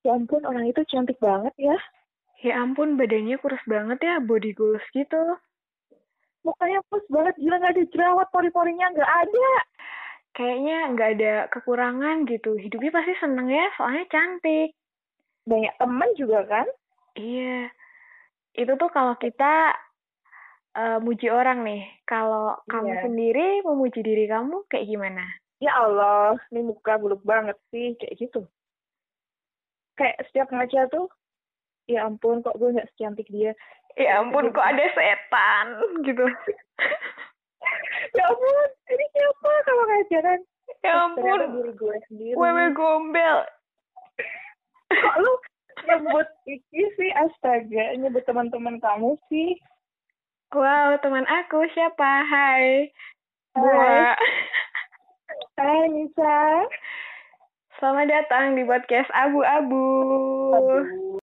Ya ampun, orang itu cantik banget ya. Ya ampun, badannya kurus banget ya, body goals gitu. Mukanya plus banget, gila gak ada jerawat, pori-porinya gak ada. Kayaknya nggak ada kekurangan gitu. Hidupnya pasti seneng ya, soalnya cantik. Banyak temen juga kan. Iya, itu tuh kalau kita muji orang nih. Kalau kamu Iya. sendiri memuji diri kamu kayak gimana? Ya Allah, ini muka buluk banget sih, kayak gitu. Kayak setiap ngaca tuh, ya ampun kok gue gak secantik dia. Ya Kayak ampun, gitu. kok ada setan gitu. Ya ampun, ini siapa kalau ngaca kan? Ya Ternyata ampun, diri gue sendiri. wewe gombel. Kok lu nyebut Iki sih, astaga, nyebut teman-teman kamu sih. Wow, teman aku siapa? Hai, Hai. Bua. Hai Nisa. Selamat datang di podcast Abu-Abu. Aduh.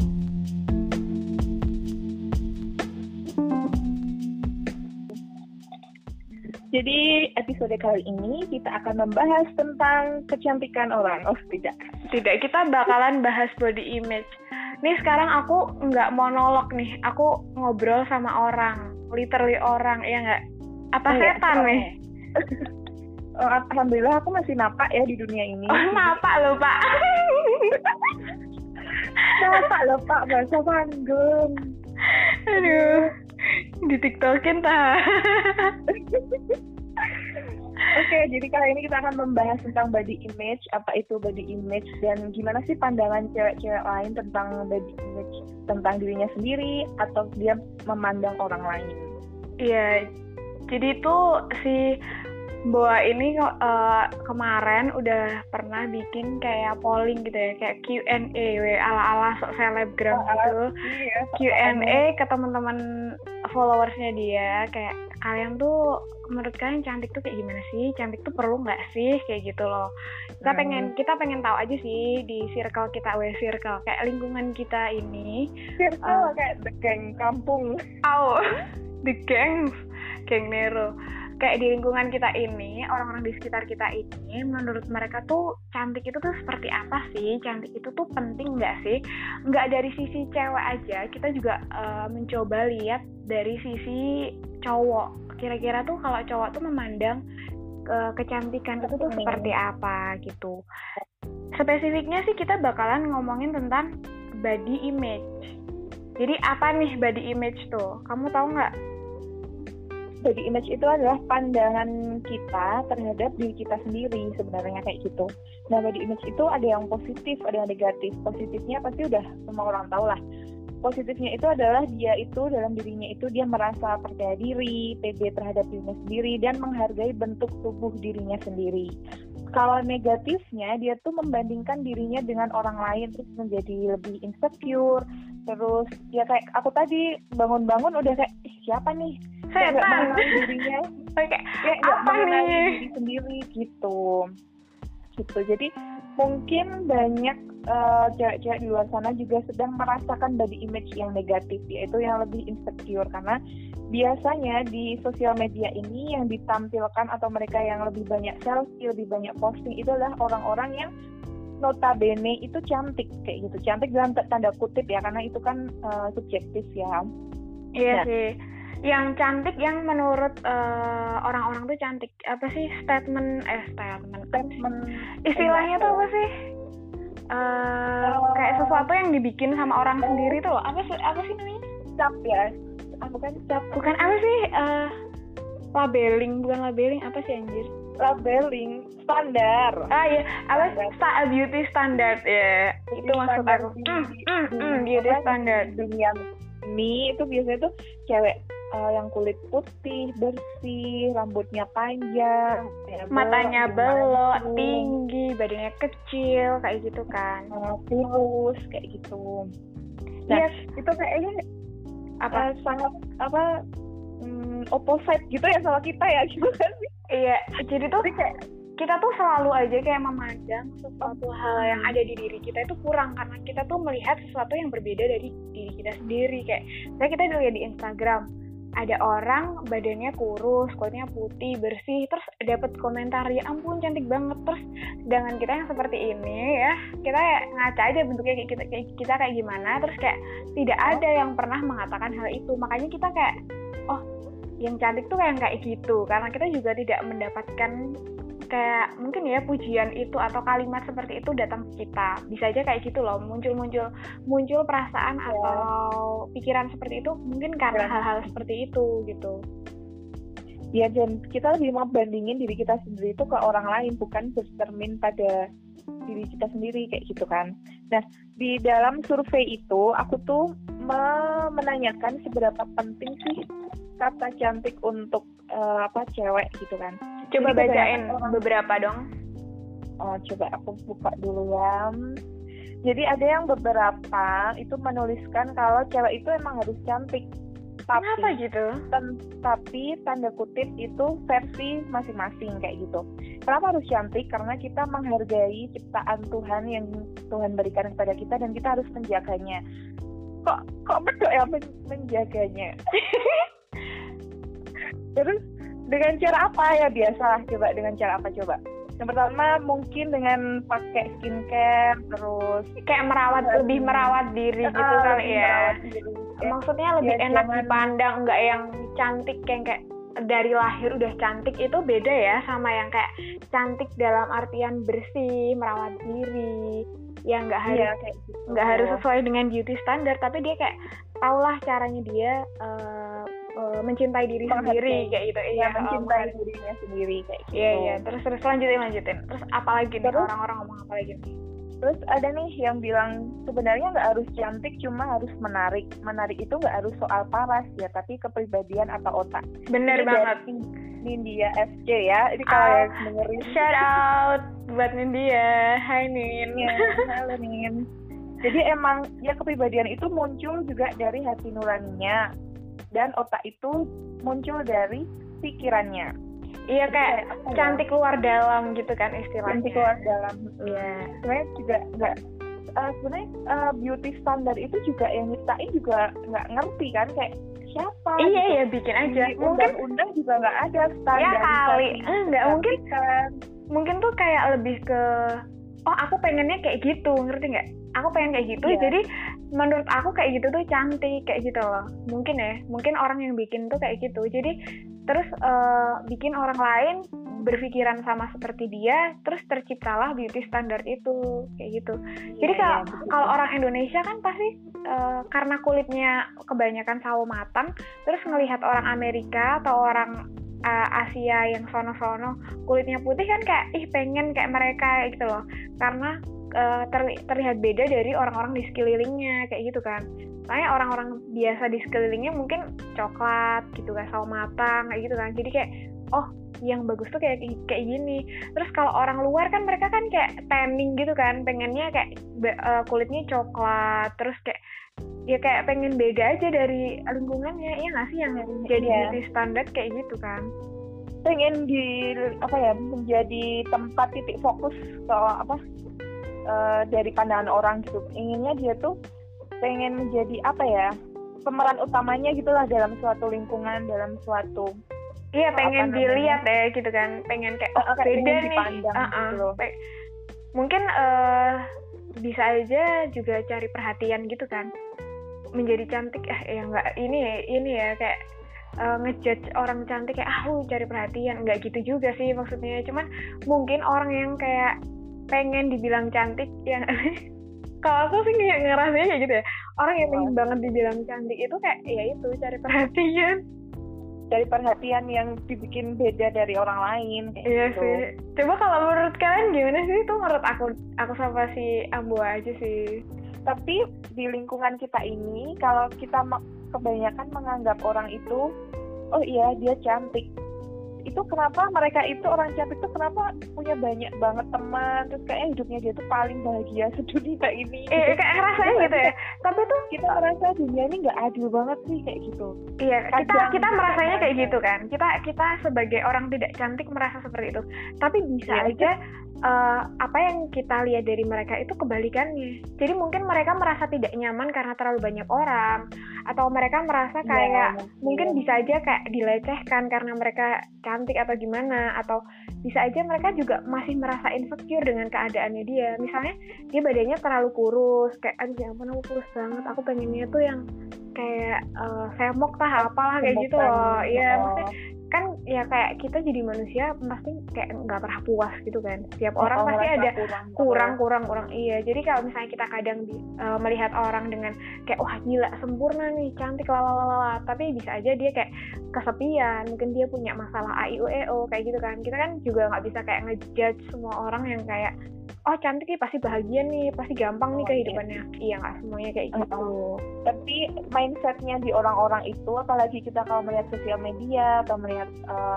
Jadi episode kali ini kita akan membahas tentang kecantikan orang. Oh tidak. Tidak, kita bakalan bahas body image. Nih sekarang aku nggak monolog nih, aku ngobrol sama orang, literally orang, ya nggak? Apa setan nih? Alhamdulillah aku masih napak ya di dunia ini. Oh, napak loh Pak. Napak loh Pak, bahasa panggung. Aduh, di TikTokin ta. Oke, jadi kali ini kita akan membahas tentang body image, apa itu body image, dan gimana sih pandangan cewek-cewek lain tentang body image, tentang dirinya sendiri, atau dia memandang orang lain. Iya, jadi tuh si Boa ini kemarin udah pernah bikin kayak polling gitu ya, kayak Q&A ala-ala sok selebgram gitu. Iya, Q&A ke teman-teman followersnya dia, kayak kalian tuh menurut kalian cantik tuh kayak gimana sih? Cantik tuh perlu nggak sih? Kayak gitu loh. Kita pengen tahu aja sih di circle kita, circle kayak lingkungan kita ini. Circle kayak the gang kampung. The gang Nero. Kayak di lingkungan kita ini, orang-orang di sekitar kita ini, menurut mereka tuh cantik itu tuh seperti apa sih? Cantik itu tuh penting nggak sih? Nggak dari sisi cewek aja, kita juga mencoba lihat dari sisi cowok. Kira-kira tuh kalau cowok tuh memandang kecantikan itu tuh seperti apa gitu. Spesifiknya sih kita bakalan ngomongin tentang body image. Jadi apa nih body image tuh? Kamu tahu nggak? Body image itu adalah pandangan kita terhadap diri kita sendiri sebenarnya kayak gitu. Nah, body image itu ada yang positif, ada yang negatif. Positifnya pasti udah semua orang tahu lah. Positifnya itu adalah dia itu dalam dirinya itu dia merasa percaya diri, pede terhadap dirinya sendiri, dan menghargai bentuk tubuh dirinya sendiri. Kalau negatifnya dia tuh membandingkan dirinya dengan orang lain, terus menjadi lebih insecure. Terus ya kayak aku tadi bangun-bangun udah kayak siapa nih? Setan. Nggak mengenali dirinya. Kayak nggak mengenali diri sendiri gitu. Jadi mungkin banyak cewek-cewek di luar sana juga sedang merasakan body image yang negatif, yaitu yang lebih insecure, karena biasanya di sosial media ini yang ditampilkan atau mereka yang lebih banyak selfie, lebih banyak posting itu adalah orang-orang yang notabene itu cantik kayak gitu. Cantik dalam tanda kutip ya, karena itu kan subjektif ya. Iya sih. Yang cantik yang menurut orang-orang tuh cantik apa sih? Statement istilahnya tuh apa sih? Kayak sesuatu yang dibikin sama orang sendiri tuh loh. Apa sih namanya? Cap ya. Bukan apa sih? Labeling, bukan labeling, apa sih anjir? Labeling standar. Iya, apa beauty standard ya. Itu maksud aku. Beauty standard. Dunia ini itu biasanya tuh cewek yang kulit putih, bersih, rambutnya panjang, matanya belok, tinggi, badannya kecil, kayak gitu kan. Kurus, kayak gitu. Nah, itu kayaknya sangat opposite gitu ya sama kita ya, gitu kan sih? Iya, jadi tuh kita tuh selalu aja kayak memandang sesuatu hal yang ada di diri kita itu kurang, karena kita tuh melihat sesuatu yang berbeda dari diri kita sendiri. Kayak kita dilihat di Instagram, ada orang badannya kurus, kulitnya putih, bersih, terus dapat komentar, ya ampun cantik banget. Terus sedangkan kita yang seperti ini ya, kita kayak ngaca aja bentuknya kayak kita kayak gimana, terus kayak tidak ada yang pernah mengatakan hal itu. Makanya kita kayak, oh yang cantik tuh kayak gitu, karena kita juga tidak mendapatkan kayak mungkin ya pujian itu atau kalimat seperti itu datang ke kita. Bisa aja kayak gitu loh, muncul perasaan atau pikiran seperti itu mungkin karena hal-hal seperti itu gitu. Ya, dan kita lebih membandingin diri kita sendiri itu ke orang lain, bukan bercermin pada diri kita sendiri kayak gitu kan. Nah, di dalam survei itu aku tuh menanyakan seberapa penting sih kata cantik untuk cewek gitu kan. Coba bacain beberapa dong. Oh, coba aku buka dulu ya. Jadi ada yang beberapa itu menuliskan kalau cewek itu emang harus cantik. Kenapa gitu? Tapi tanda kutip itu versi masing-masing kayak gitu. Kenapa harus cantik? Karena kita menghargai ciptaan Tuhan yang Tuhan berikan kepada kita dan kita harus menjaganya. Kok bedok ya menjaganya? Terus dengan cara apa ya? Biasalah, coba dengan cara apa coba? Yang pertama mungkin dengan pakai skincare, terus kayak lebih merawat diri gitu kali ya. Maksudnya lebih enak dipandang, nggak yang cantik kayak dari lahir udah cantik. Itu beda ya sama yang kayak cantik dalam artian bersih, merawat diri. Ya nggak harus sesuai dengan beauty standar, tapi dia kayak tahulah caranya dia mencintai diri sendiri kayak gitu. Iya, mencintai dirinya sendiri kayak gitu. Iya, terus lanjutin. Terus apalagi nih orang-orang ngomong apa lagi nih? Terus ada nih yang bilang sebenarnya nggak harus cantik, cuma harus menarik. Menarik itu nggak harus soal paras ya, tapi kepribadian atau otak. Bener banget. Nindya FC ya. Ini kalau yang dengerin. Shout out buat Nindya. Hai Nin. Ya, halo Nin. Jadi emang ya kepribadian itu muncul juga dari hati nuraninya. Dan otak itu muncul dari pikirannya. Iya, kayak cantik luar dalam gitu kan istilahnya. Cantik luar dalam. Iya. Sebenarnya juga nggak. Sebenarnya beauty standar itu juga yang nyiptain juga nggak ngerti kan, kayak siapa? Iya gitu. Ya bikin aja. Undang-undang juga nggak ada standar. Ya kali. Nggak mungkin. Mungkin tuh kayak lebih ke, oh aku pengennya kayak gitu, ngerti nggak? Aku pengen kayak gitu, jadi menurut aku kayak gitu tuh cantik kayak gitu loh. Mungkin orang yang bikin tuh kayak gitu. Jadi terus bikin orang lain berpikiran sama seperti dia, terus terciptalah beauty standar itu kayak gitu. Jadi kalau orang Indonesia kan pasti karena kulitnya kebanyakan sawo matang, terus ngelihat orang Amerika atau orang Asia yang sono-sono kulitnya putih kan kayak pengen kayak mereka gitu loh, karena terlihat beda dari orang-orang di sekelilingnya kayak gitu kan. Makanya orang-orang biasa di sekelilingnya mungkin coklat gitu kan, sawo matang kayak gitu kan. Jadi kayak oh yang bagus tuh kayak gini. Terus kalau orang luar kan mereka kan kayak tanning gitu kan, pengennya kayak kulitnya coklat, terus kayak pengen beda aja dari lingkungannya. Iya nggak sih yang jadi beauty standar kayak gitu kan? Pengen menjadi tempat titik fokus soal dari pandangan orang gitu. Inginnya dia tuh pengen menjadi pemeran utamanya gitulah dalam suatu lingkungan, dalam suatu pengen dilihat ya gitu kan, pengen kayak beda nih gitu. Mungkin bisa aja juga cari perhatian gitu kan, menjadi cantik ini ya kayak ngejudge orang cantik kayak lu cari perhatian, nggak gitu juga sih maksudnya. Cuman mungkin orang yang kayak pengen dibilang cantik yang kalau aku sih ngerasanya kayak gitu ya, orang yang pengen banget dibilang cantik itu kayak ya itu cari perhatian yang dibikin beda dari orang lain kayak gitu. Sih. Coba kalau menurut kalian gimana sih? Itu menurut aku sama si Ambo aja sih. Tapi di lingkungan kita ini kalau kita kebanyakan menganggap orang itu oh iya dia cantik, itu kenapa mereka itu orang cantik itu kenapa punya banyak banget teman, terus kayaknya hidupnya dia tuh paling bahagia sedunia ini. Kayak rasanya gitu ya. Tapi tuh kita merasa dunia ini nggak adil banget sih kayak gitu. Iya, kita merasanya kayak gitu kan. Kita sebagai orang tidak cantik merasa seperti itu. Tapi bisa aja apa yang kita lihat dari mereka itu kebalikannya. Jadi mungkin mereka merasa tidak nyaman karena terlalu banyak orang, atau mereka merasa kayak mungkin bisa aja kayak dilecehkan karena mereka cantik atau gimana, atau bisa aja mereka juga masih merasa insecure dengan keadaannya dia. Misalnya dia badannya terlalu kurus, kayak aduh ya ampun aku kurus banget, aku pengennya tuh yang kayak semok tah apalah kayak gitu loh. Iya, maksudnya kan ya kayak kita jadi manusia pasti kayak nggak pernah puas gitu kan. Setiap orang pasti ada kurang. Iya, jadi kalau misalnya kita kadang melihat orang dengan kayak wah gila sempurna nih, cantik lalalala, tapi bisa aja dia kayak kesepian, mungkin dia punya masalah AIUEO kayak gitu kan. Kita kan juga nggak bisa kayak ngejudge semua orang yang kayak oh cantik nih pasti bahagia nih, pasti gampang nih kehidupannya. Iya, nggak semuanya kayak gitu. Tapi mindsetnya di orang-orang itu, apalagi kita kalau melihat sosial media atau melihat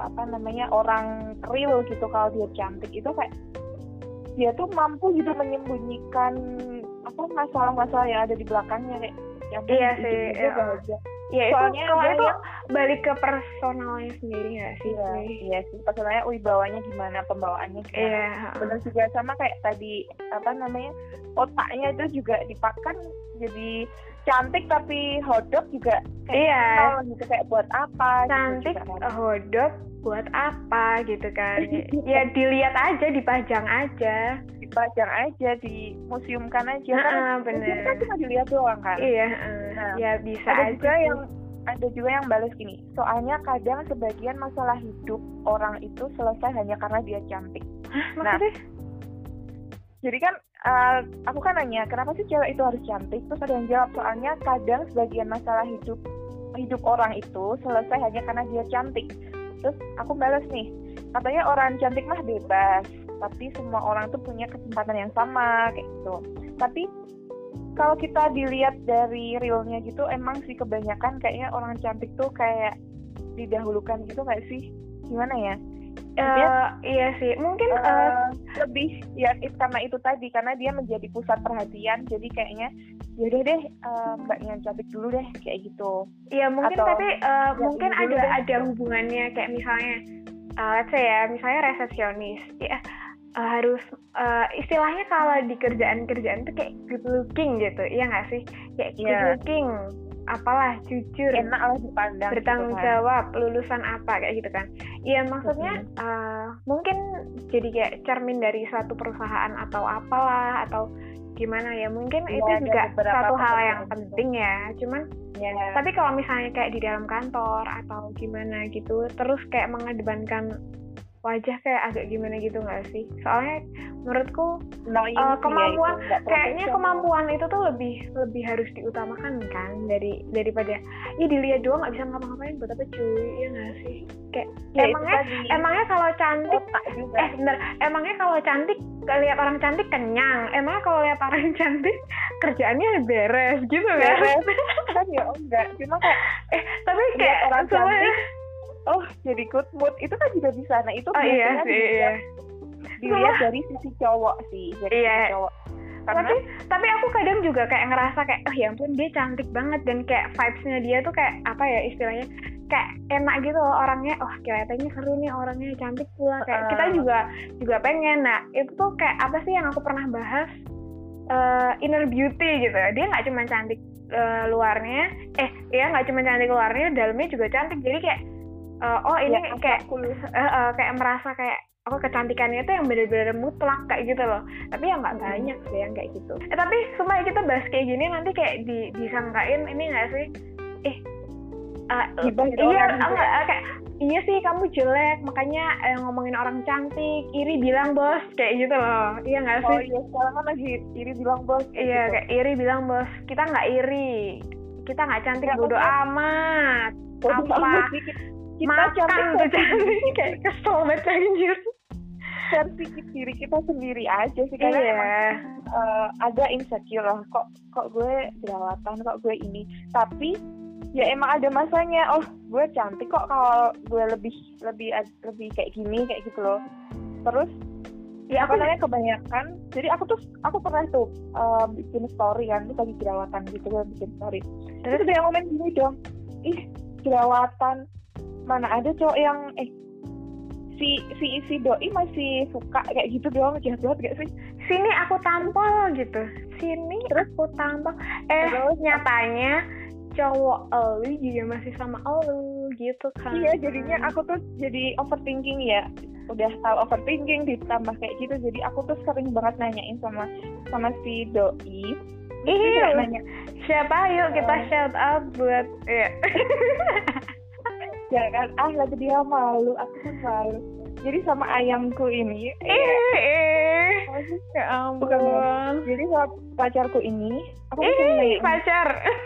orang real gitu, kalau dia cantik itu kayak dia tuh mampu gitu menyembunyikan masalah-masalah yang ada di belakangnya kayak. Iya sih. Iya, soalnya kalau itu balik ke personalnya sendiri nggak sih? Iya sih, personalnya wibawanya gimana, pembawaannya gimana. Iya. Benar juga sama kayak tadi otaknya itu juga dipakan jadi cantik tapi hotdog juga kayak gitu, kayak buat apa? Cantik gitu hotdog buat apa gitu kan? Ya dilihat aja, dipajang aja, dimuseumkan aja. Bener. Kan cuma dilihat doang kan. Iya. Ya bisa ada juga yang balas gini, soalnya kadang sebagian masalah hidup orang itu selesai hanya karena dia cantik. Maksudnya? Jadi kan aku kan nanya kenapa sih cewek itu harus cantik, terus ada yang jawab soalnya kadang sebagian masalah hidup orang itu selesai hanya karena dia cantik. Terus aku balas nih, katanya orang cantik mah bebas, tapi semua orang tuh punya kesempatan yang sama kayak gitu. Tapi kalau kita dilihat dari realnya gitu, emang sih kebanyakan kayaknya orang cantik tuh kayak didahulukan gitu nggak sih? Gimana ya? Iya sih, mungkin lebih ya karena itu tadi, karena dia menjadi pusat perhatian, jadi kayaknya yaudah deh mbaknya cantik dulu deh kayak gitu. Iya mungkin, atau, tapi mungkin ada hubungannya kayak misalnya let's say ya, misalnya resepsionis ya harus istilahnya kalau di kerjaan tuh kayak good looking gitu, iya nggak sih? Kayak good looking, apalah, jujur, enak lah dipandang, bertanggung jawab, lulusan apa kayak gitu kan. Iya maksudnya mungkin jadi kayak cermin dari suatu perusahaan atau apalah, atau gimana ya, mungkin itu juga satu hal yang penting ya. Cuman tapi kalau misalnya kayak di dalam kantor atau gimana gitu, terus kayak mengedepankan wajah kayak agak gimana gitu nggak sih? Soalnya menurutku kemampuan kemampuan itu tuh lebih harus diutamakan kan daripada dilihat doang nggak bisa ngapa-ngapain buat apa cuy, ya nggak sih? Kayak emangnya kalau cantik emangnya kalau cantik lihat orang cantik kenyang, emangnya kalau lihat orang cantik kerjaannya beres gitu kan? Kan ya enggak, cuma kayak tapi kayak orang cantik jadi good mood itu kan juga bisa. Nah itu biasanya dilihat dari sisi cowok sih, cowok. Karena tapi aku kadang juga kayak ngerasa kayak ya ampun dia cantik banget, dan kayak vibes-nya dia tuh kayak apa ya istilahnya, kayak enak gitu loh orangnya, kelihatannya seru nih orangnya, cantik pula, kayak kita juga pengen. Nah itu tuh kayak apa sih yang aku pernah bahas, inner beauty gitu. Dia nggak cuma cantik luarnya, nggak cuma cantik luarnya, dalamnya juga cantik. Jadi kayak ini kayak merasa kayak kecantikannya itu yang benar-benar mutlak kayak gitu loh. Tapi ya nggak banyak sih yang kayak gitu. Tapi supaya kita bahas kayak gini nanti kayak disangkain ini nggak sih? Iya sih kamu jelek, makanya ngomongin orang cantik, iri bilang bos, kayak gitu loh. Iya nggak sih? Oh iya, sekarang kan lagi iri bilang bos. Iya gitu. Kayak iri bilang bos. Kita nggak iri, kita nggak cantik, bodo amat. Apa? Kita makan cantik kayak kesel banget anjir. Versi diri kita sendiri aja sih, karena emang agak insecure lah, kok gue jerawatan, kok gue ini. Tapi ya emang ada masanya, gue cantik kok kalau gue lebih kayak gini, kayak gitu loh. Terus ya kebanyakan, jadi aku pernah tuh bikin story kan, terus lagi jerawatan gitu, gue bikin story. Terus ada yang komen gini dong, jerawatan, mana ada cowok yang si doi masih suka kayak gitu doang, jahat banget gak sih? Sini aku tampol gitu, sini terus aku tampol. Terus nyatanya cowok elu juga masih sama elu gitu kan. Iya, jadinya aku tuh jadi overthinking ya. Udah tahu overthinking ditambah kayak gitu, jadi aku tuh sering banget nanyain sama si doi. Iya, nanya siapa, yuk kita shout out buat ya. Ya kan, lagi dia malu, aku pun malu. Jadi sama ayamku ini, ya ampun. Bukan, jadi sama pacarku ini, aku pacar.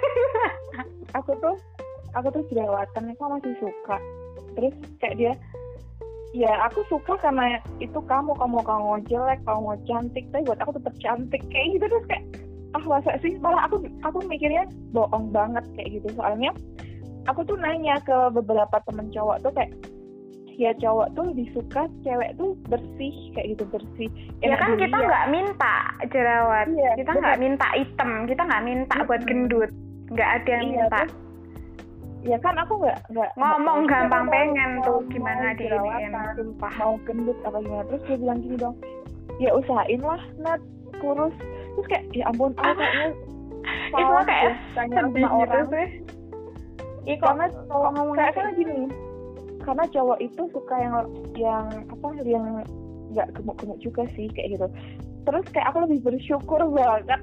aku tuh jerawatan, aku masih suka. Terus kayak dia, ya aku suka karena itu kamu jelek, kamu mau cantik, tapi buat aku tetap cantik kayak gitu. Terus kayak masa sih, malah aku mikirnya bohong banget kayak gitu. Soalnya aku tuh nanya ke beberapa temen cowok tuh kayak, ya cowok tuh lebih suka cewek tuh bersih kayak gitu, bersih. Ya kan kita nggak minta jerawat, kita nggak minta hitam, kita nggak minta buat gendut, nggak ada yang minta. Ya kan aku nggak ngomong gampang pengen tuh gimana diiniin, sumpah mau gendut apa gimana. Terus dia bilang gini dong, ya usahain lah Nat kurus. Terus kayak ya ampun, kayaknya itu kayak tanya sama orang sih. Karena cowok ngomongnya kayak gini, karena cowok itu suka yang nggak gemuk-gemuk juga sih kayak gitu. Terus kayak aku lebih bersyukur banget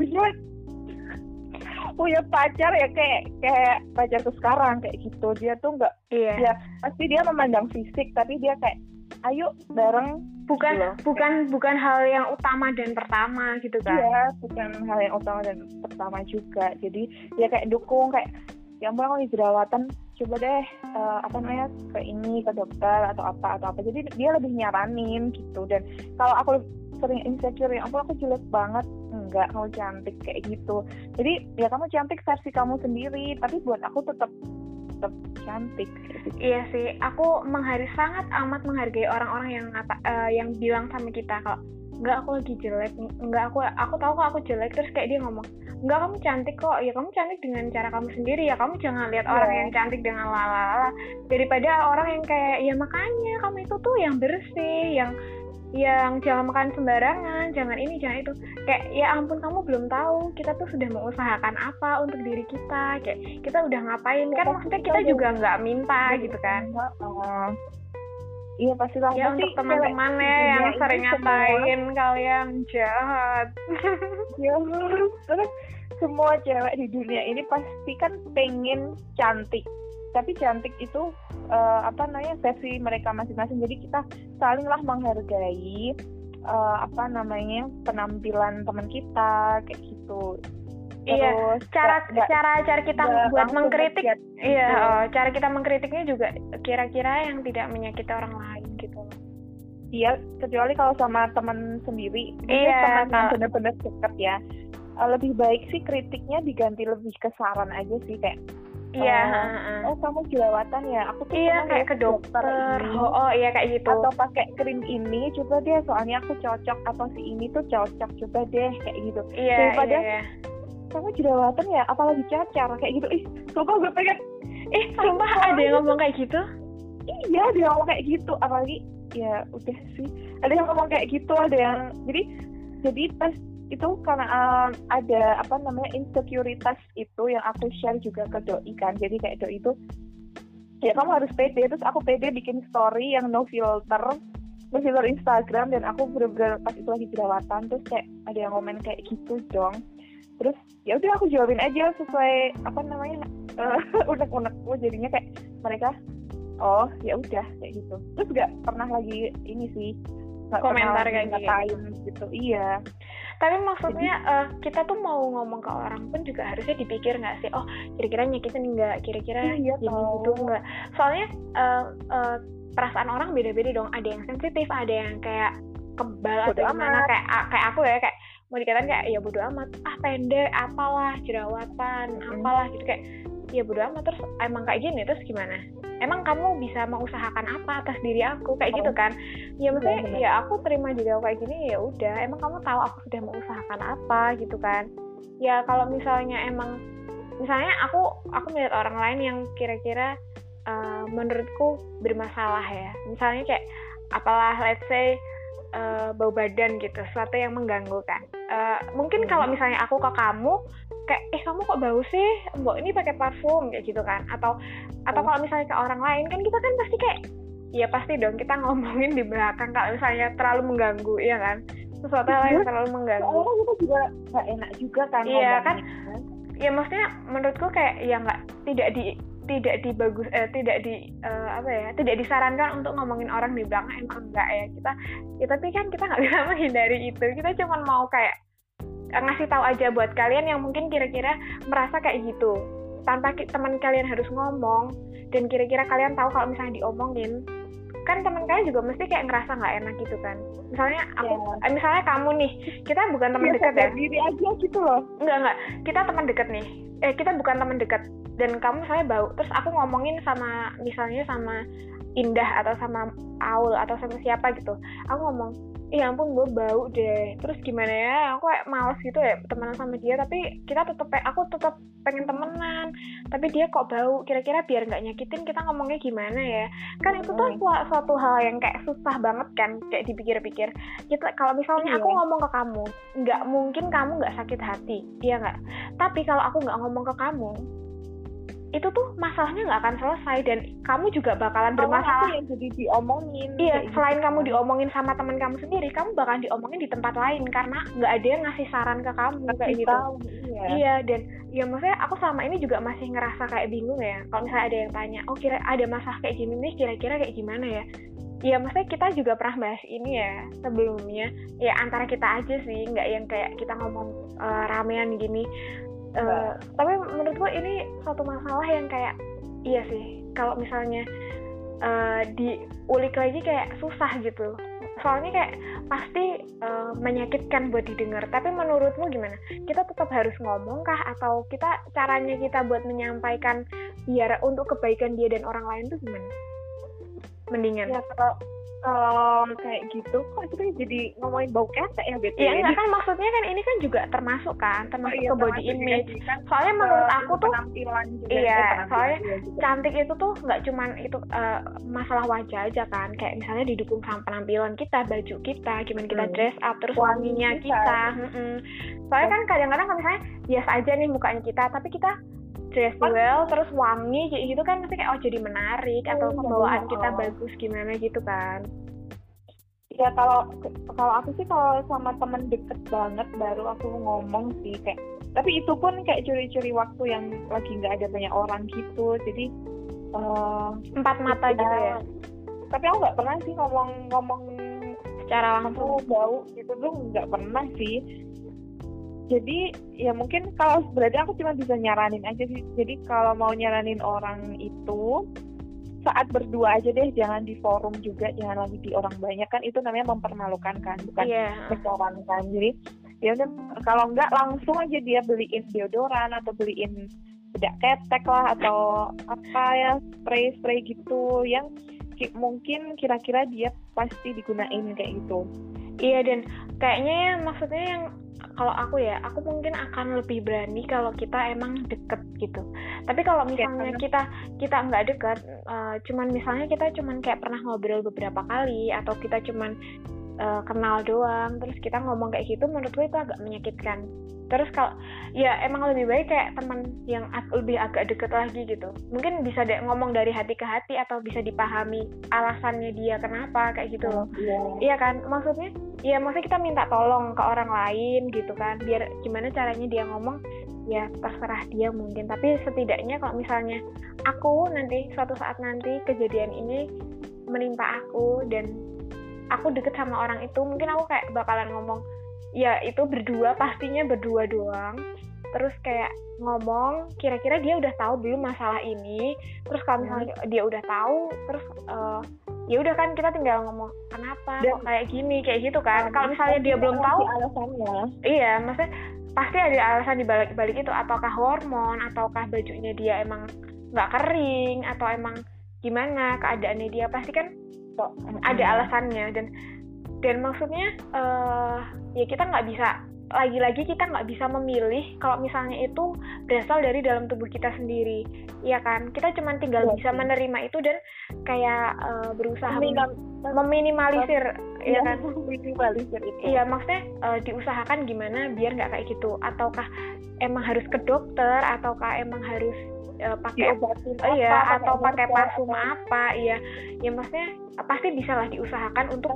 punya pacar ya kayak pacarku sekarang kayak gitu. Dia tuh nggak, ya pasti dia memandang fisik, tapi dia kayak ayo bareng. Bukan hal yang utama dan pertama gitu kan. Iya, bukan hal yang utama dan pertama juga. Jadi dia kayak dukung, kayak ya ampun aku jerawatan, coba deh ke dokter atau apa. Jadi dia lebih nyaranin gitu. Dan kalau aku sering insecure, ya ampun aku jelek banget, enggak, kamu cantik kayak gitu. Jadi ya kamu cantik versi kamu sendiri, tapi buat aku tetap cantik. Iya sih, aku sangat amat menghargai orang-orang yang bilang sama kita kalau enggak aku lagi jelek, enggak aku tahu kok aku jelek, terus kayak dia ngomong enggak kamu cantik kok, ya kamu cantik dengan cara kamu sendiri, ya kamu jangan lihat orang yang cantik dengan lalala, daripada orang yang kayak ya makanya kamu itu tuh yang bersih, yang jangan makan sembarangan, jangan ini, jangan itu. Kayak ya ampun, kamu belum tahu kita tuh sudah mengusahakan apa untuk diri kita, kayak kita udah ngapain kan, maksudnya kita juga nggak minta gitu kan. Iya pastilah. Ya untuk teman-temannya yang sering ngatain kalian jahat. Ya terus semua cewek di dunia ini pasti kan pengen cantik, tapi cantik itu versi mereka masing-masing. Jadi kita salinglah menghargai penampilan teman kita kayak gitu. Iya, cara kita buat mengkritik, cara kita mengkritiknya juga kira-kira yang tidak menyakiti orang lain gitu. Iya, kecuali kalau sama teman sendiri, teman yang benar-benar dekat ya. Lebih baik sih kritiknya diganti lebih ke saran aja sih, kayak kamu jerawatan ya, aku tuh kayak ke dokter. Iya kayak gitu. Atau pakai krim ini, coba deh, soalnya aku cocok, atau si ini tuh cocok, coba deh kayak gitu. Daripada kamu jerawatan ya, apalagi cacar kayak gitu. Sumpah gue pengen. Sumpah ada yang ngomong kayak gitu? Iya, ada yang ngomong kayak gitu. Apalagi ya udah sih, ada yang ngomong kayak gitu, ada yang jadi pas itu karena ada insekuritas itu yang aku share juga ke doi kan. Jadi kayak doi itu ya kamu harus pede, terus aku pede bikin story yang no filter Instagram, dan aku bener-bener pas itu lagi jerawatan. Terus kayak ada yang komen kayak gitu dong. Terus ya udah aku jawabin aja sesuai unek-unekku. Jadinya kayak mereka ya udah kayak gitu. Terus nggak pernah lagi ini sih, komentar kayak gitu. Iya. Tapi maksudnya kita tuh mau ngomong ke orang pun juga harusnya dipikir nggak sih, kira-kira nyakitin nggak, kira-kira gini gitu nggak. Soalnya perasaan orang beda-beda dong. Ada yang sensitif, ada yang kayak kebal atau gimana. Kayak aku ya, kayak mau dikatakan kayak ya bodo amat, pendek, apalah, jerawatan, apalah gitu, kayak ya bodo amat. Terus emang kayak gini, terus gimana? Emang kamu bisa mengusahakan apa atas diri aku kayak gitu kan? Ya maksudnya ya aku terima juga kayak gini, ya udah. Emang kamu tahu aku sudah mengusahakan apa gitu kan? Ya kalau misalnya aku melihat orang lain yang kira-kira menurutku bermasalah ya. Misalnya kayak apalah, let's say bau badan gitu, sesuatu yang mengganggu kan. Mungkin kalau misalnya aku ke kamu kayak kamu kok bau sih, mbok ini pakai parfum kayak gitu kan, atau kalau misalnya ke orang lain kan kita kan pasti kayak ya pasti dong kita ngomongin di belakang kalau misalnya terlalu mengganggu, ya kan, sesuatu hal yang terlalu mengganggu. Soalnya kita juga nggak enak juga kan. Iya kan, ya maksudnya menurutku kayak ya nggak, tidak disarankan untuk ngomongin orang di belakang, emang enggak ya kita ya, tapi kan kita nggak bisa menghindari itu, kita cuma mau kayak ngasih tahu aja buat kalian yang mungkin kira-kira merasa kayak gitu tanpa teman kalian harus ngomong, dan kira-kira kalian tahu kalau misalnya diomongin kan teman kalian juga mesti kayak ngerasa nggak enak gitu kan. Misalnya misalnya kamu nih, kita bukan teman dekat ya, diri aja gitu loh. Enggak, kita teman dekat nih, kita bukan teman dekat, dan kamu misalnya bau, terus aku ngomongin sama misalnya sama Indah atau sama Aul atau sama siapa gitu, aku ngomong, ya ampun gue bau deh, terus gimana ya, aku kayak males gitu ya temenan sama dia, tapi aku tetap pengen temenan, tapi dia kok bau, kira-kira biar nggak nyakitin kita ngomongnya gimana ya, kan itu tuh suatu hal yang kayak susah banget kan, kayak dipikir-pikir. Kita kalau misalnya aku ngomong ke kamu, nggak mungkin kamu nggak sakit hati, iya nggak? Tapi kalau aku nggak ngomong ke kamu, itu tuh masalahnya nggak akan selesai, dan kamu juga bakalan bermasalah. Yang jadi diomongin. Iya, selain kamu diomongin sama teman kamu sendiri, kamu bakalan diomongin di tempat lain karena nggak ada yang ngasih saran ke kamu kayak gitu. Iya, dan ya maksudnya aku selama ini juga masih ngerasa kayak bingung ya. Kalau misalnya ada yang tanya, kira ada masalah kayak gini nih, kira-kira kayak gimana ya? Ya maksudnya kita juga pernah bahas ini ya sebelumnya. Ya antara kita aja sih, nggak yang kayak kita ngomong ramean gini. Tapi menurutku ini suatu masalah yang kayak iya sih, kalau misalnya diulik lagi kayak susah gitu, soalnya kayak pasti menyakitkan buat didengar. Tapi menurutmu gimana, kita tetap harus ngomong kah, atau caranya kita buat menyampaikan biar untuk kebaikan dia dan orang lain tuh gimana? Mendingan ya kalau kayak gitu kok kita jadi ngomongin bau ketek ya gitu. Iya enggak kan, maksudnya kan ini kan juga termasuk ke body image kan. Soalnya menurut aku tuh penampilan juga. Iya, soalnya cantik itu tuh nggak cuman itu masalah wajah aja kan, kayak misalnya didukung sama penampilan kita, baju kita, gimana kita dress up, terus wanginya kita. Soalnya kan kadang-kadang kan misalnya biasa aja nih mukanya kita, tapi kita dress well, terus wangi kayak gitu kan, mesti kayak jadi menarik, atau pembawaan kita bagus gimana gitu kan. Ya kalau aku sih kalau sama temen deket banget baru aku ngomong sih kayak, tapi itu pun kayak curi-curi waktu yang lagi nggak ada banyak orang gitu, jadi empat mata gitu ya. Tapi aku nggak pernah sih ngomong secara langsung bau gitu tuh nggak pernah sih. Jadi ya mungkin kalau berarti aku cuma bisa nyaranin aja sih. Jadi kalau mau nyaranin orang itu saat berdua aja deh, jangan di forum juga, jangan lagi di orang banyak, kan itu namanya mempermalukan kan, bukan mencorongkan. Jadi ya udah, kalau enggak langsung aja dia beliin deodoran atau beliin bedak ketek lah atau apa ya, spray gitu yang mungkin kira-kira dia pasti digunain kayak gitu. Iya, dan kayaknya ya maksudnya yang kalau aku mungkin akan lebih berani kalau kita emang deket gitu. Tapi kalau misalnya kita nggak deket, cuman misalnya kita cuman kayak pernah ngobrol beberapa kali, atau kita cuman kenal doang, terus kita ngomong kayak gitu, menurutku itu agak menyakitkan. Terus kalau ya emang lebih baik kayak teman yang lebih agak deket lagi gitu, mungkin bisa ngomong dari hati ke hati, atau bisa dipahami alasannya dia kenapa kayak gitu loh. Iya kan, maksudnya kita minta tolong ke orang lain gitu kan, biar gimana caranya dia ngomong ya terserah dia mungkin. Tapi setidaknya kalau misalnya aku nanti suatu saat nanti kejadian ini menimpa aku dan aku deket sama orang itu, mungkin aku kayak bakalan ngomong ya itu pastinya berdua doang, terus kayak ngomong kira-kira dia udah tahu belum masalah ini. Terus kalau misalnya dia udah tahu, terus ya udah kan kita tinggal ngomong kenapa kok kayak gini kayak gitu kan. Kalau misalnya dia belum tahu alasannya, iya maksudnya pasti ada alasan di balik itu, ataukah hormon, ataukah bajunya dia emang nggak kering, atau emang gimana keadaannya dia, pasti kan ada alasannya. Dan maksudnya ya kita nggak bisa, lagi-lagi kita nggak bisa memilih kalau misalnya itu berasal dari dalam tubuh kita sendiri, ya kan. Kita cuma tinggal bisa menerima itu dan kayak berusaha meminimalisir ya kan, meminimalisir itu. Iya, maksudnya diusahakan gimana biar nggak kayak gitu, ataukah emang harus ke dokter, ataukah emang harus pakai atau pakai parfum apa, iya ya, maksudnya pasti bisa lah diusahakan untuk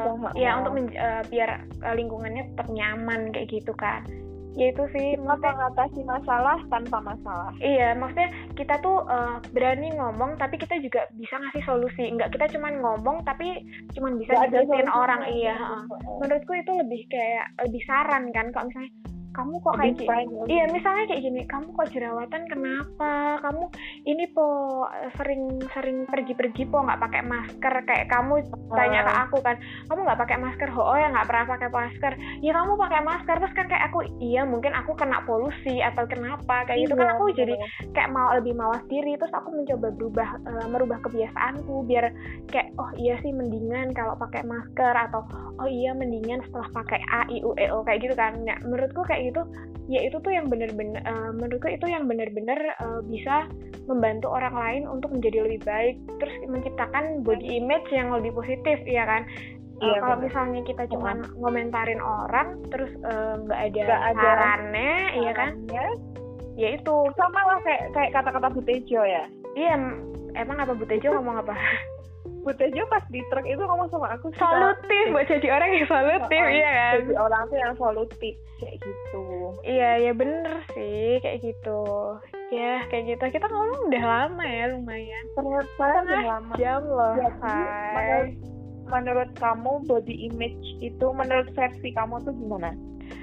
biar lingkungannya tetap nyaman kayak gitu kan. Ya itu sih, mengatasi masalah tanpa masalah. Iya, maksudnya kita tuh berani ngomong tapi kita juga bisa ngasih solusi. Enggak kita cuman ngomong tapi cuman bisa digituin orang. Iya, menurutku itu lebih kayak lebih saran kan, kalau misalnya kamu kok kayak gini, iya misalnya kayak gini, kamu kok jerawatan kenapa, kamu ini po sering pergi-pergi po nggak pakai masker, kayak kamu tanya ke aku kan, kamu nggak pakai masker, oh ya nggak pernah pakai masker, ya kamu pakai masker, terus kan kayak aku, iya mungkin aku kena polusi atau kenapa kayak gitu kan, aku jadi kayak lebih mawas diri, terus aku mencoba merubah kebiasaanku biar kayak oh iya sih mendingan kalau pakai masker, atau oh iya mendingan setelah pakai A I U E O kayak gitu kan. Nah, menurutku kayak gitu, ya itu tuh yang benar-benar menurutku itu yang benar-benar bisa membantu orang lain untuk menjadi lebih baik, terus menciptakan body image yang lebih positif, ya kan. Kalau misalnya kita cuma ngomentarin orang terus nggak ada sarannya, iya kan, ya itu sama lah kayak kata-kata Butejo ya. Iya, emang apa Butejo ngomong apa? Butejo pas di truk itu ngomong sama aku solutif, buat jadi orang yang solutif, iya kan? Jadi orang tuh yang solutif kayak gitu. Iya, ya bener sih kayak gitu. Ya kayak gitu. Kita ngomong udah lama ya, lumayan. Ternyata udah lama. Jam loh. Jadi, menurut kamu body image itu, menurut versi kamu tuh gimana?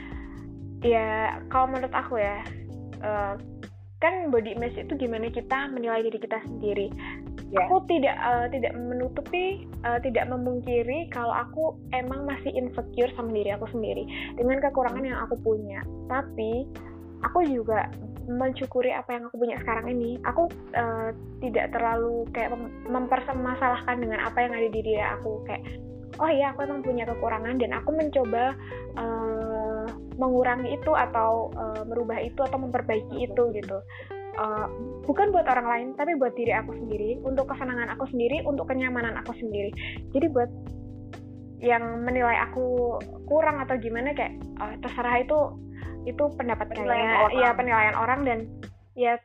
Ya kalau menurut aku ya, kan body image itu gimana kita menilai diri kita sendiri. Aku tidak menutupi, tidak memungkiri kalau aku emang masih insecure sama diri aku sendiri dengan kekurangan yang aku punya. Tapi aku juga mensyukuri apa yang aku punya sekarang ini. Aku tidak terlalu kayak mempermasalahkan dengan apa yang ada di diri aku, kayak oh iya aku emang punya kekurangan dan aku mencoba mengurangi itu atau merubah itu atau memperbaiki itu gitu. Bukan buat orang lain tapi buat diri aku sendiri, untuk kesenangan aku sendiri, untuk kenyamanan aku sendiri. Jadi buat yang menilai aku kurang atau gimana kayak terserah, itu pendapat kalian, ya penilaian orang, dan ya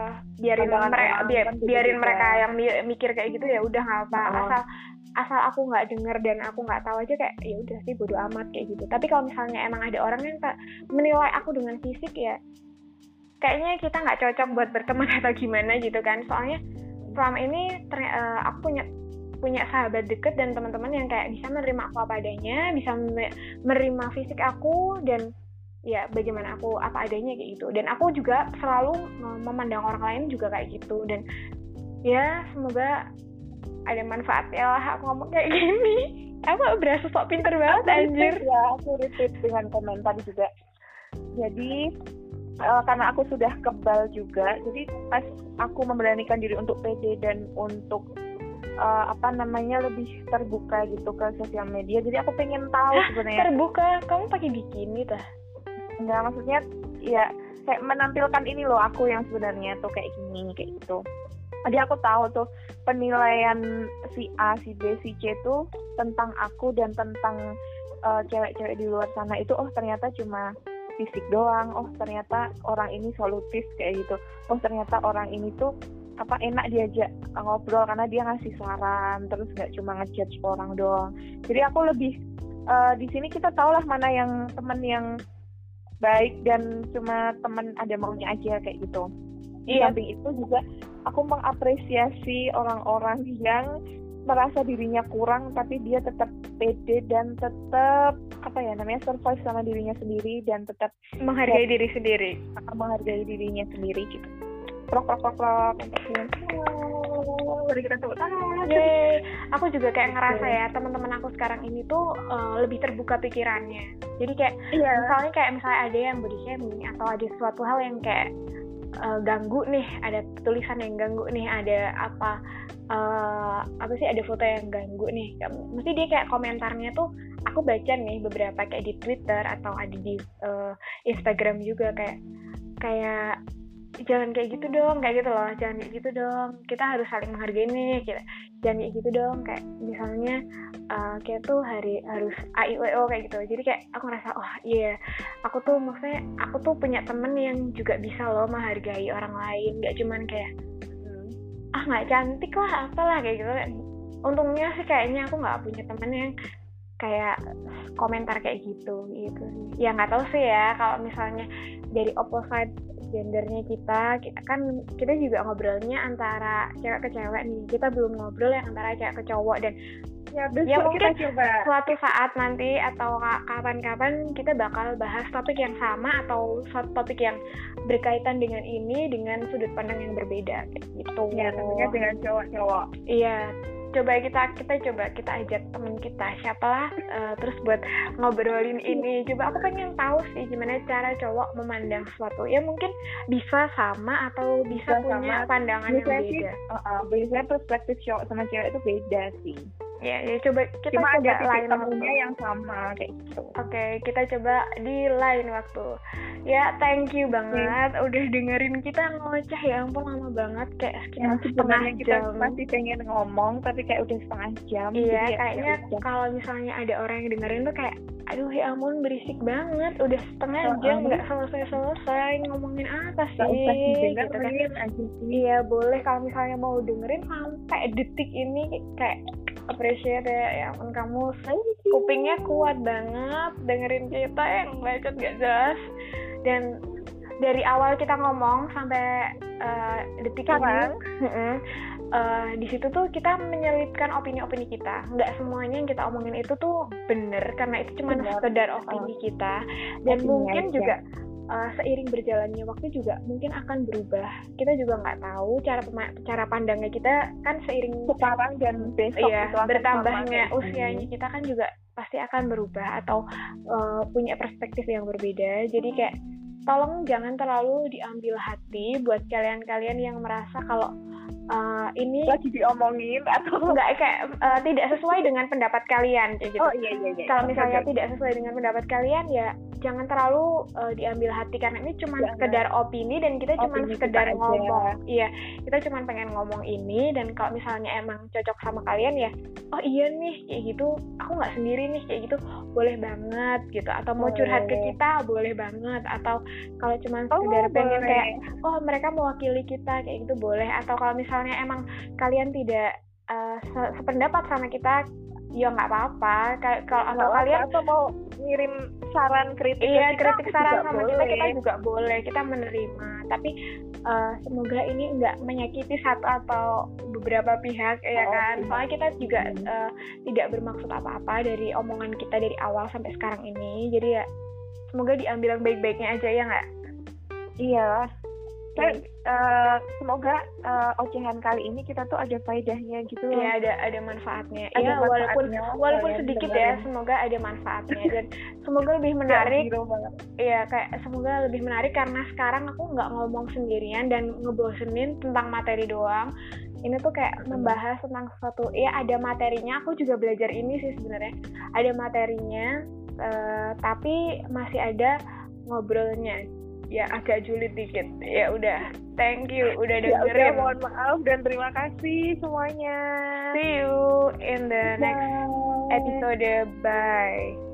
biarin mereka yang mikir kayak gitu, ya udah nggak apa, asal aku nggak denger dan aku nggak tahu aja, kayak ya udah sih bodo amat kayak gitu. Tapi kalau misalnya emang ada orang yang menilai aku dengan fisik, ya kayaknya kita nggak cocok buat berteman atau gimana gitu kan. Soalnya selama ini aku punya sahabat deket dan teman-teman yang kayak bisa menerima aku apa adanya, bisa menerima fisik aku dan ya bagaimana aku apa adanya kayak gitu. Dan aku juga selalu memandang orang lain juga kayak gitu, dan ya semoga ada manfaatnya lah aku ngomong kayak gini. Aku berasa sok pinter banget anjir. Ya, aku repeat dengan komentar juga. Jadi karena aku sudah kebal juga, jadi pas aku memberanikan diri untuk pede dan untuk lebih terbuka gitu ke sosial media. Jadi aku pengen tahu sebenarnya. Terbuka? Kamu pakai bikini tah? Enggak, maksudnya ya kayak menampilkan ini loh aku yang sebenarnya tuh kayak gini, kayak gitu. Jadi aku tahu tuh penilaian si A, si B, si C tuh tentang aku dan tentang cewek-cewek di luar sana itu, oh ternyata cuma fisik doang, oh ternyata orang ini solutif kayak gitu, oh ternyata orang ini tuh enak diajak ngobrol karena dia ngasih saran, terus nggak cuma ngejudge orang doang. Jadi aku lebih di sini kita tahulah mana yang teman yang baik dan cuma teman ada maunya aja kayak gitu. Di samping itu juga aku mengapresiasi orang-orang yang merasa dirinya kurang tapi dia tetap pede dan tetap survive sama dirinya sendiri dan tetap menghargai diri sendiri, menghargai dirinya sendiri gitu. Prok beri kita tepuk tangan. Aku juga kayak ngerasa ya teman-teman aku sekarang ini tuh lebih terbuka pikirannya. Jadi kayak misalnya ada yang body shaming atau ada suatu hal yang kayak ganggu nih, ada tulisan yang ganggu nih, ada ada foto yang ganggu nih, mesti dia kayak komentarnya tuh aku baca nih beberapa kayak di Twitter atau ada di Instagram juga, kayak jangan kayak gitu dong, kayak gitu loh, jangan kayak gitu dong, kita harus saling menghargai nih, jangan kayak gitu dong, kayak misalnya kayak tuh harus AIWO kayak gitu. Jadi kayak aku ngerasa oh iya, aku tuh maksudnya aku tuh punya temen yang juga bisa loh menghargai orang lain, nggak cuman kayak nggak cantik lah apalah kayak gitu. Untungnya sih kayaknya aku nggak punya temen yang kayak komentar kayak gitu sih. Ya nggak tahu sih ya kalau misalnya dari opposite gendernya kita juga ngobrolnya antara cewek ke cewek nih, kita belum ngobrol yang antara cewek ke cowok. Dan ya mungkin kita coba suatu saat nanti atau kapan-kapan kita bakal bahas topik yang sama atau suatu topik yang berkaitan dengan ini dengan sudut pandang yang berbeda kayak gitu ya, tentunya dengan cowok-cowok. Iya, coba kita ajak temen kita siapalah terus buat ngobrolin ini. Coba aku pengen tahu sih gimana cara cowok memandang sesuatu. Ya mungkin bisa sama atau bisa punya pandangan yang beda. Biasanya perspektif cowok sama cewek itu beda sih. Ya coba kita cuma coba ada lain waktunya yang sama kayak gitu. Oke, kita coba di lain waktu. Ya, thank you banget udah dengerin kita ngoceh. Ya ampun, lama banget kayak setengah jam. Kita masih pengen ngomong tapi kayak udah setengah jam. Iya, kayaknya kalau misalnya ada orang yang dengerin tuh kayak aduh ya ampun berisik banget, udah setengah jam nggak selesai ngomongin apa sih gitu kan. Iya, boleh kalau misalnya mau dengerin sampai detik ini kayak appreciate ya ampun, kamu kupingnya kuat banget dengerin kita yang bacot gak jelas. Dan dari awal kita ngomong sampai detik ini di situ tuh kita menyelipkan opini-opini kita. Nggak semuanya yang kita omongin itu tuh bener, karena itu cuma sekedar opini kita. Dan mungkin juga seiring berjalannya waktu juga mungkin akan berubah. Kita juga nggak tahu cara pandangnya kita kan seiring sekarang dan besok bertambahnya usianya kita kan juga pasti akan berubah atau punya perspektif yang berbeda. Jadi kayak tolong jangan terlalu diambil hati buat kalian-kalian yang merasa kalau ini lagi diomongin atau enggak kayak tidak sesuai dengan pendapat kalian kayak gitu. Oh iya. Kalau misalnya tidak sesuai dengan pendapat kalian ya jangan terlalu diambil hati, karena ini cuma sekedar opini dan kita cuma sekedar ngomong. Iya, kita cuma pengen ngomong ini, dan kalau misalnya emang cocok sama kalian ya oh iya nih kayak gitu, aku nggak sendiri nih kayak gitu, boleh banget gitu. Atau mau curhat ke kita boleh banget. Atau kalau cuma sekedar pengen kayak oh mereka mewakili kita kayak gitu boleh. Atau kalau misalnya emang kalian tidak sependapat sama kita ya nggak apa-apa. Kalau kalian atau mau ngirim saran kritik kritik saran sama kita juga boleh, kita menerima. Tapi semoga ini nggak menyakiti satu atau beberapa pihak ya kan. Soalnya kita juga tidak bermaksud apa-apa dari omongan kita dari awal sampai sekarang ini. Jadi ya semoga diambil yang baik-baiknya aja ya nggak? Iya. Semoga ocehan kali ini kita tuh ada faedahnya gitu loh. Iya, ada manfaatnya. Iya, walaupun sedikit ya, semoga ada manfaatnya dan semoga lebih menarik. Iya, kayak semoga lebih menarik karena sekarang aku nggak ngomong sendirian dan ngebosenin tentang materi doang. Ini tuh kayak membahas tentang sesuatu. Ya, ada materinya. Aku juga belajar ini sih sebenarnya. Ada materinya, tapi masih ada ngobrolnya. Ya agak julid dikit. Ya udah, thank you udah dengerin. Ya udah, mohon maaf dan terima kasih semuanya. See you in the next episode. Bye.